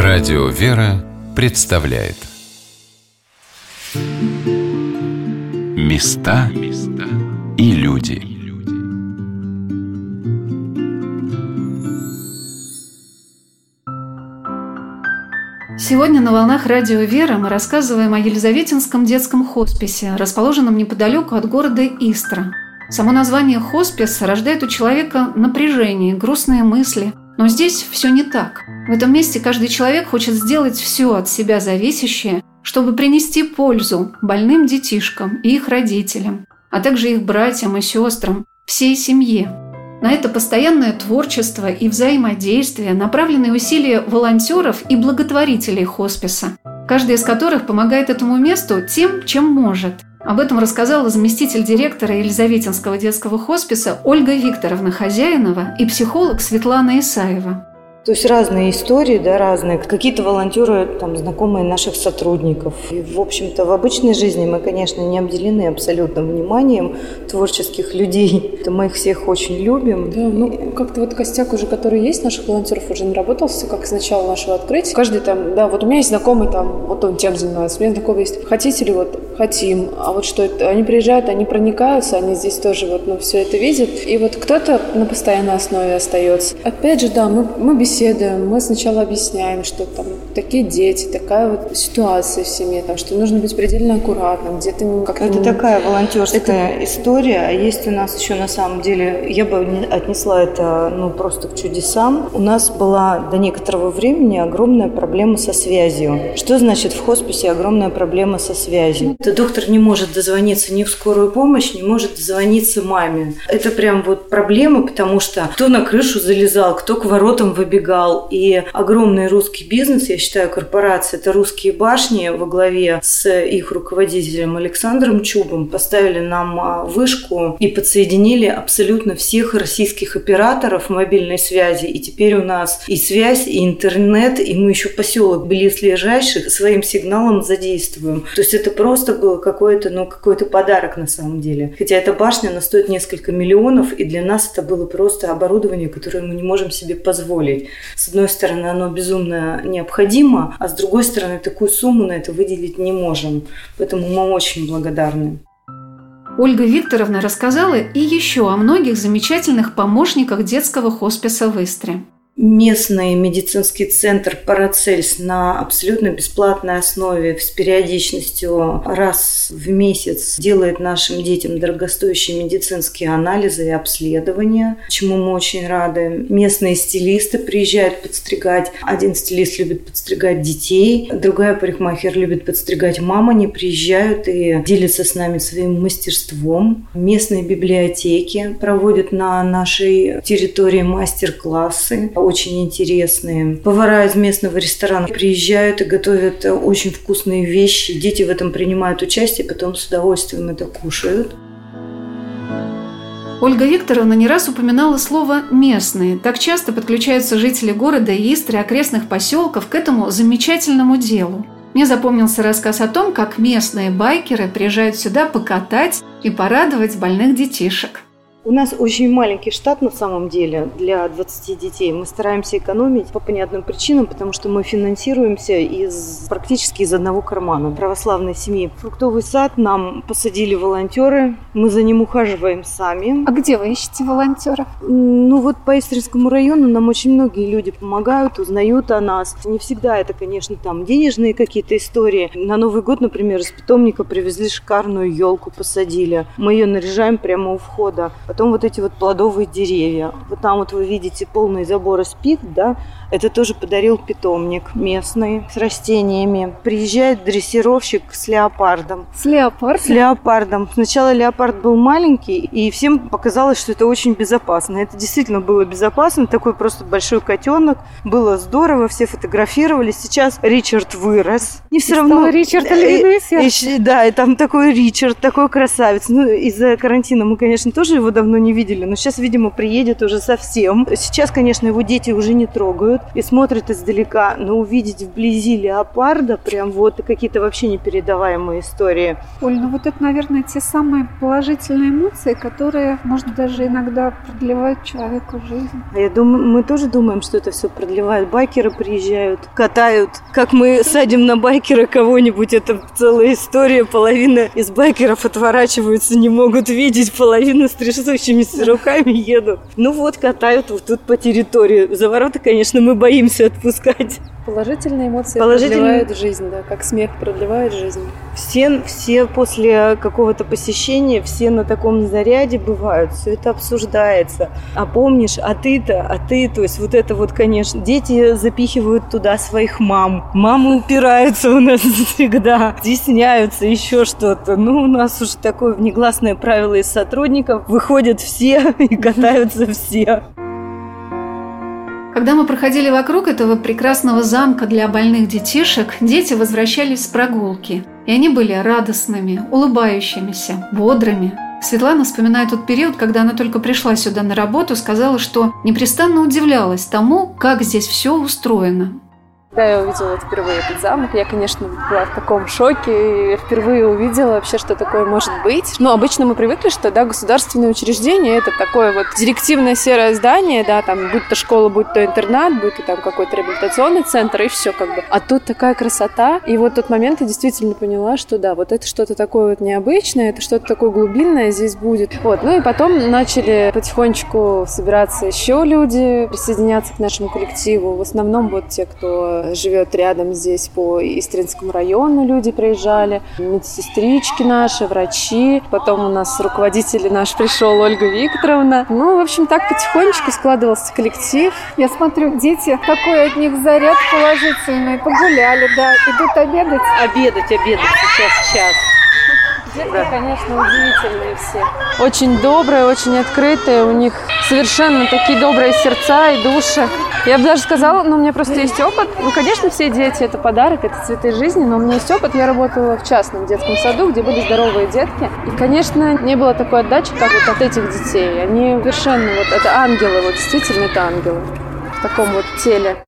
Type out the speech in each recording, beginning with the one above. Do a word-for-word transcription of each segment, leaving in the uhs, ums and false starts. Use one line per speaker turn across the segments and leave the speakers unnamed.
Радио «Вера» представляет Места и люди.
Сегодня на волнах Радио «Вера» мы рассказываем о Елизаветинском детском хосписе, расположенном неподалеку от города Истра. Само название «хоспис» рождает у человека напряжение, грустные мысли. Но здесь все не так. В этом месте каждый человек хочет сделать все от себя зависящее, чтобы принести пользу больным детишкам и их родителям, а также их братьям и сестрам, всей семье. На это постоянное творчество и взаимодействие направлены усилия волонтеров и благотворителей хосписа, каждый из которых помогает этому месту тем, чем может. Об этом рассказала заместитель директора Елизаветинского детского хосписа Ольга Викторовна Хозяинова и психолог Светлана Исаева.
То есть разные истории, да, разные. Какие-то волонтеры, там, знакомые наших сотрудников. И, в общем-то, в обычной жизни мы, конечно, не обделены абсолютно вниманием творческих людей. Это мы их всех очень любим.
Да, ну, как-то вот костяк уже, который есть, наших волонтеров уже наработался, как с начала нашего открытия. Каждый там, да, вот у меня есть знакомый там, вот он тем занимается, у меня знакомый есть. Хотите ли, вот, хотим. А вот что это? Они приезжают, они проникаются, они здесь тоже вот, ну, все это видят. И вот кто-то на постоянной основе остается. Опять же, да, мы, мы беседуем. Мы сначала объясняем, что там такие дети, такая вот ситуация в семье, там, что нужно быть предельно аккуратным, где-то как-то...
Это такая волонтерская это... история, а есть у нас еще на самом деле, я бы отнесла это ну, просто к чудесам. У нас была до некоторого времени огромная проблема со связью. Что значит в хосписе огромная проблема со связью? Это доктор не может дозвониться ни в скорую помощь, не может дозвониться маме. Это прям вот проблема, потому что кто на крышу залезал, кто к воротам выбегал. И огромный русский бизнес, я считаю, корпорация, это «Русские башни» во главе с их руководителем Александром Чубом поставили нам вышку и подсоединили абсолютно всех российских операторов мобильной связи. И теперь у нас и связь, и интернет, и мы еще поселок близлежащих своим сигналом задействуем. То есть это просто был какой-то, ну, какой-то подарок на самом деле. Хотя эта башня, она стоит несколько миллионов, и для нас это было просто оборудование, которое мы не можем себе позволить. С одной стороны, оно безумно необходимо, а с другой стороны, такую сумму на это выделить не можем. Поэтому мы очень благодарны.
Ольга Викторовна рассказала и еще о многих замечательных помощниках детского хосписа в Истре.
Местный медицинский центр «Парацельс» на абсолютно бесплатной основе с периодичностью раз в месяц делает нашим детям дорогостоящие медицинские анализы и обследования, чему мы очень рады. Местные стилисты приезжают подстригать. Один стилист любит подстригать детей, другая парикмахер любит подстригать мам. Они приезжают и делятся с нами своим мастерством. Местные библиотеки проводят на нашей территории мастер-классы. Очень интересные. Повара из местного ресторана приезжают и готовят очень вкусные вещи. Дети в этом принимают участие, потом с удовольствием это кушают.
Ольга Викторовна не раз упоминала слово «местные». Так часто подключаются жители города Истры и окрестных поселков к этому замечательному делу. Мне запомнился рассказ о том, как местные байкеры приезжают сюда покатать и порадовать больных детишек.
У нас очень маленький штат на самом деле для двадцати детей. Мы стараемся экономить по понятным причинам, потому что мы финансируемся из, практически из одного кармана православной семьи. Фруктовый сад нам посадили волонтеры, мы за ним ухаживаем сами.
А где вы ищете волонтеров?
Ну вот по Истринскому району нам очень многие люди помогают, узнают о нас. Не всегда это, конечно, там денежные какие-то истории. На Новый год, например, из питомника привезли шикарную елку, посадили. Мы ее наряжаем прямо у входа. Потом вот эти вот плодовые деревья. Вот там вот вы видите полный забор из пик, да, это тоже подарил питомник местный с растениями. Приезжает дрессировщик с леопардом.
С леопардом?
С леопардом. Сначала леопард был маленький, и всем показалось, что это очень безопасно. Это действительно было безопасно. Такой просто большой котенок. Было здорово, все фотографировали. Сейчас Ричард вырос. И все равно...
Ричард львиное сердце.
Да, и там такой Ричард, такой красавец. Ну, из-за карантина мы, конечно, тоже его давно не видели, но сейчас, видимо, приедет уже совсем. Сейчас, конечно, его дети уже не трогают и смотрят издалека, но увидеть вблизи леопарда прям вот какие-то вообще непередаваемые истории.
Оль, ну вот это, наверное, те самые положительные эмоции, которые, может, даже иногда продлевают человеку жизнь.
А я думаю, мы тоже думаем, что это все продлевает. Байкеры приезжают, катают. Как мы садим на байкера кого-нибудь, это целая история. Половина из байкеров отворачиваются, не могут видеть, половина с трясущимися руками едут. Ну вот, катают вот тут по территории. За ворота, конечно, мы боимся отпускать.
Положительные эмоции
Положительные...
продлевают жизнь, да, как смех продлевает жизнь.
Все, все после какого-то посещения, все на таком заряде бывают, все это обсуждается. А помнишь, а ты-то, а ты, то есть вот это вот, конечно, дети запихивают туда своих мам. Мамы упираются у нас всегда, стесняются, еще что-то. Ну, у нас уже такое внегласное правило из сотрудников. Выходят все и катаются все.
Когда мы проходили вокруг этого прекрасного замка для больных детишек, дети возвращались с прогулки. И они были радостными, улыбающимися, бодрыми. Светлана, вспоминая тот период, когда она только пришла сюда на работу, сказала, что непрестанно удивлялась тому, как здесь все устроено.
Когда я увидела впервые этот замок, я, конечно, была в таком шоке. Я впервые увидела вообще, что такое может быть. Но обычно мы привыкли, что, да, государственное учреждение – это такое вот директивное серое здание, да, там, будь то школа, будь то интернат, будь то там какой-то реабилитационный центр, и все как бы. А тут такая красота. И вот в тот момент я действительно поняла, что да, вот это что-то такое вот необычное, это что-то такое глубинное здесь будет. Вот. Ну и потом начали потихонечку собираться еще люди, присоединяться к нашему коллективу. В основном вот те, кто живет рядом здесь по Истринскому району, люди приезжали, медсестрички наши, врачи, потом у нас руководитель наш пришел, Ольга Викторовна. Ну, в общем, так потихонечку складывался коллектив.
Я смотрю, дети, какой от них заряд положительный, погуляли, да, идут обедать.
Обедать, обедать, сейчас, сейчас.
Детки, да, конечно, удивительные все. Очень добрые, очень открытые, у них совершенно такие добрые сердца и души. Я бы даже сказала, ну, у меня просто есть опыт. Ну, конечно, все дети – это подарок, это цветы жизни, но у меня есть опыт. Я работала в частном детском саду, где были здоровые детки. И, конечно, не было такой отдачи, как вот от этих детей. Они совершенно, вот, это ангелы, вот действительно это ангелы в таком вот теле.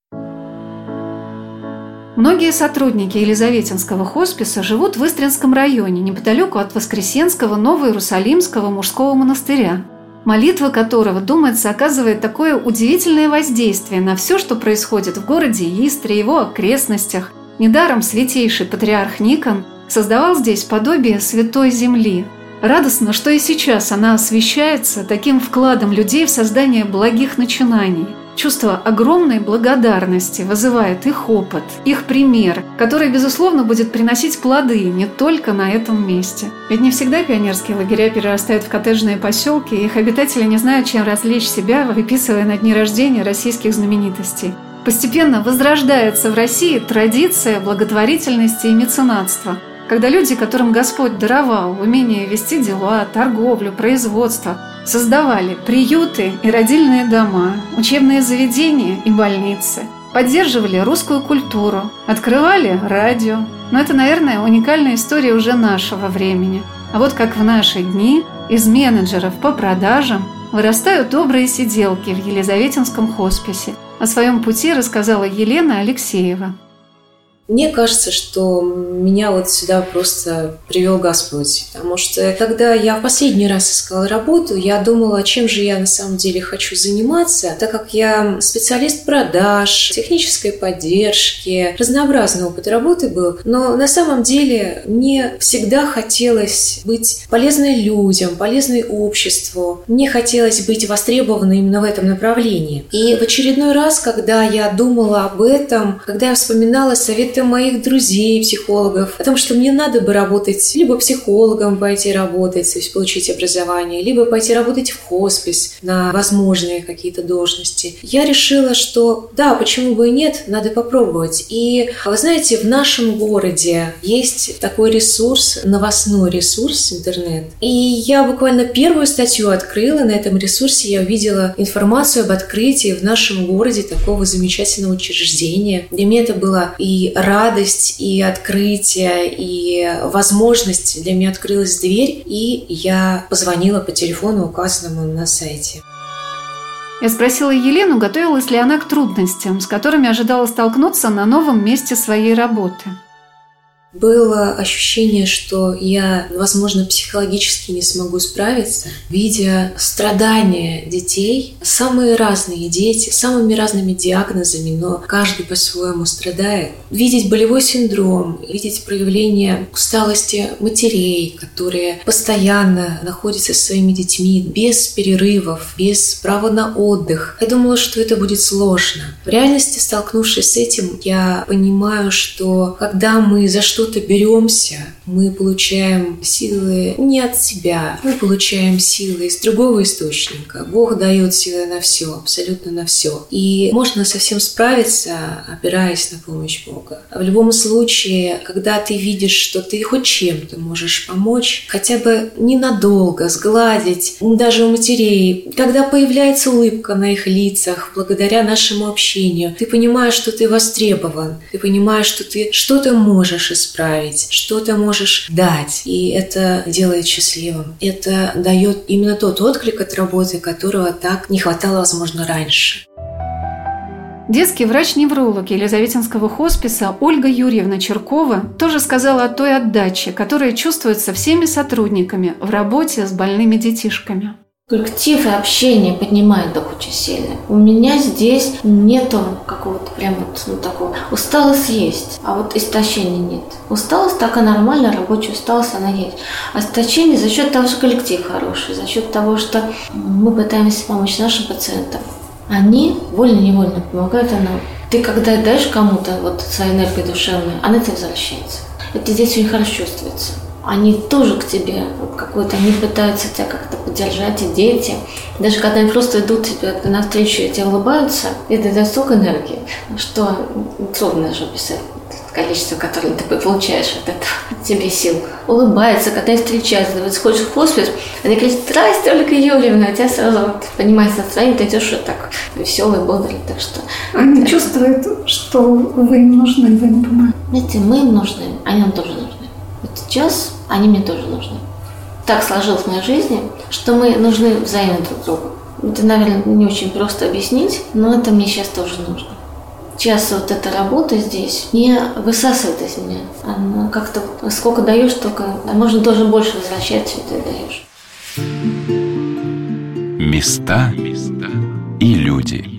Многие сотрудники Елизаветинского хосписа живут в Истринском районе, неподалеку от Воскресенского Новоиерусалимского мужского монастыря, молитва которого, думается, оказывает такое удивительное воздействие на все, что происходит в городе Истре, его окрестностях. Недаром святейший патриарх Никон создавал здесь подобие святой земли. Радостно, что и сейчас она освящается таким вкладом людей в создание благих начинаний. Чувство огромной благодарности вызывает их опыт, их пример, который, безусловно, будет приносить плоды не только на этом месте. Ведь не всегда пионерские лагеря перерастают в коттеджные поселки, и их обитатели не знают, чем развлечь себя, выписывая на дни рождения российских знаменитостей. Постепенно возрождается в России традиция благотворительности и меценатства, когда люди, которым Господь даровал умение вести дела, торговлю, производство, создавали приюты и родильные дома, учебные заведения и больницы, поддерживали русскую культуру, открывали радио. Но это, наверное, уникальная история уже нашего времени. А вот как в наши дни из менеджеров по продажам вырастают добрые сиделки в Елизаветинском хосписе. О своем пути рассказала Елена Алексеева.
Мне кажется, что меня вот сюда просто привел Господь, потому что когда я в последний раз искала работу, я думала, чем же я на самом деле хочу заниматься, так как я специалист продаж, технической поддержки, разнообразный опыт работы был, но на самом деле мне всегда хотелось быть полезной людям, полезной обществу, мне хотелось быть востребованной именно в этом направлении. И в очередной раз, когда я думала об этом, когда я вспоминала советы моих друзей, психологов, о том, что мне надо бы работать, либо психологом пойти работать, то есть получить образование, либо пойти работать в хоспис на возможные какие-то должности. Я решила, что да, почему бы и нет, надо попробовать. И вы знаете, в нашем городе есть такой ресурс, новостной ресурс, интернет. И я буквально первую статью открыла на этом ресурсе, я увидела информацию об открытии в нашем городе такого замечательного учреждения. Для меня это было и радостно, радость и открытие, и возможность. Для меня открылась дверь, и я позвонила по телефону, указанному на сайте.
Я спросила Елену, готовилась ли она к трудностям, с которыми ожидала столкнуться на новом месте своей работы.
Было ощущение, что я, возможно, психологически не смогу справиться, видя страдания детей. Самые разные дети, с самыми разными диагнозами, но каждый по-своему страдает. Видеть болевой синдром, видеть проявление усталости матерей, которые постоянно находятся со своими детьми без перерывов, без права на отдых. Я думала, что это будет сложно. В реальности, столкнувшись с этим, я понимаю, что когда мы за что что-то беремся, мы получаем силы не от себя, мы получаем силы из другого источника. Бог дает силы на все, абсолютно на все. И можно совсем справиться, опираясь на помощь Бога. В любом случае, когда ты видишь, что ты хоть чем-то можешь помочь, хотя бы ненадолго сгладить, даже у матерей, когда появляется улыбка на их лицах, благодаря нашему общению, ты понимаешь, что ты востребован, ты понимаешь, что ты что-то можешь исправить, исправить, что-то можешь дать, и это делает счастливым. Это дает именно тот отклик от работы, которого так не хватало, возможно, раньше.
Детский врач-невролог Елизаветинского хосписа Ольга Юрьевна Черкова тоже сказала о той отдаче, которая чувствуется всеми сотрудниками в работе с больными детишками.
Коллектив и общение поднимает дух очень сильно. У меня здесь нету какого-то прям вот ну, такого. Усталость есть, а вот истощения нет. Усталость такая нормальная, рабочая усталость, она есть. А истощение за счет того, что коллектив хороший, за счет того, что мы пытаемся помочь нашим пациентам. Они вольно-невольно помогают нам. Ты когда даешь кому-то вот свою энергию душевную, она тебе возвращается. Это здесь очень хорошо чувствуется. Они тоже к тебе какой-то, они пытаются тебя как-то поддержать, и дети. Даже когда они просто идут тебе навстречу и тебе улыбаются, это дает столько энергии, что трудно даже описать количество, которое ты получаешь от этого. Тебе сил. Улыбается, когда они встречаются. Ты сходишь в хоспис, они говорят: «Здрасте, Ольга Юрьевна», у тебя сразу вот, понимается настроение, ты идешь вот так веселый, бодрый. Так что,
они
так,
чувствуют, что вы им нужны, вы им помогаете.
Знаете, мы им нужны, они нам тоже нужны. Вот сейчас они мне тоже нужны. Так сложилось в моей жизни, что мы нужны взаимно друг другу. Это, наверное, не очень просто объяснить, но это мне сейчас тоже нужно. Сейчас вот эта работа здесь не высасывает из меня. Она как-то сколько даешь, столько, а можно тоже больше возвращать, чем ты даешь.
Места и люди.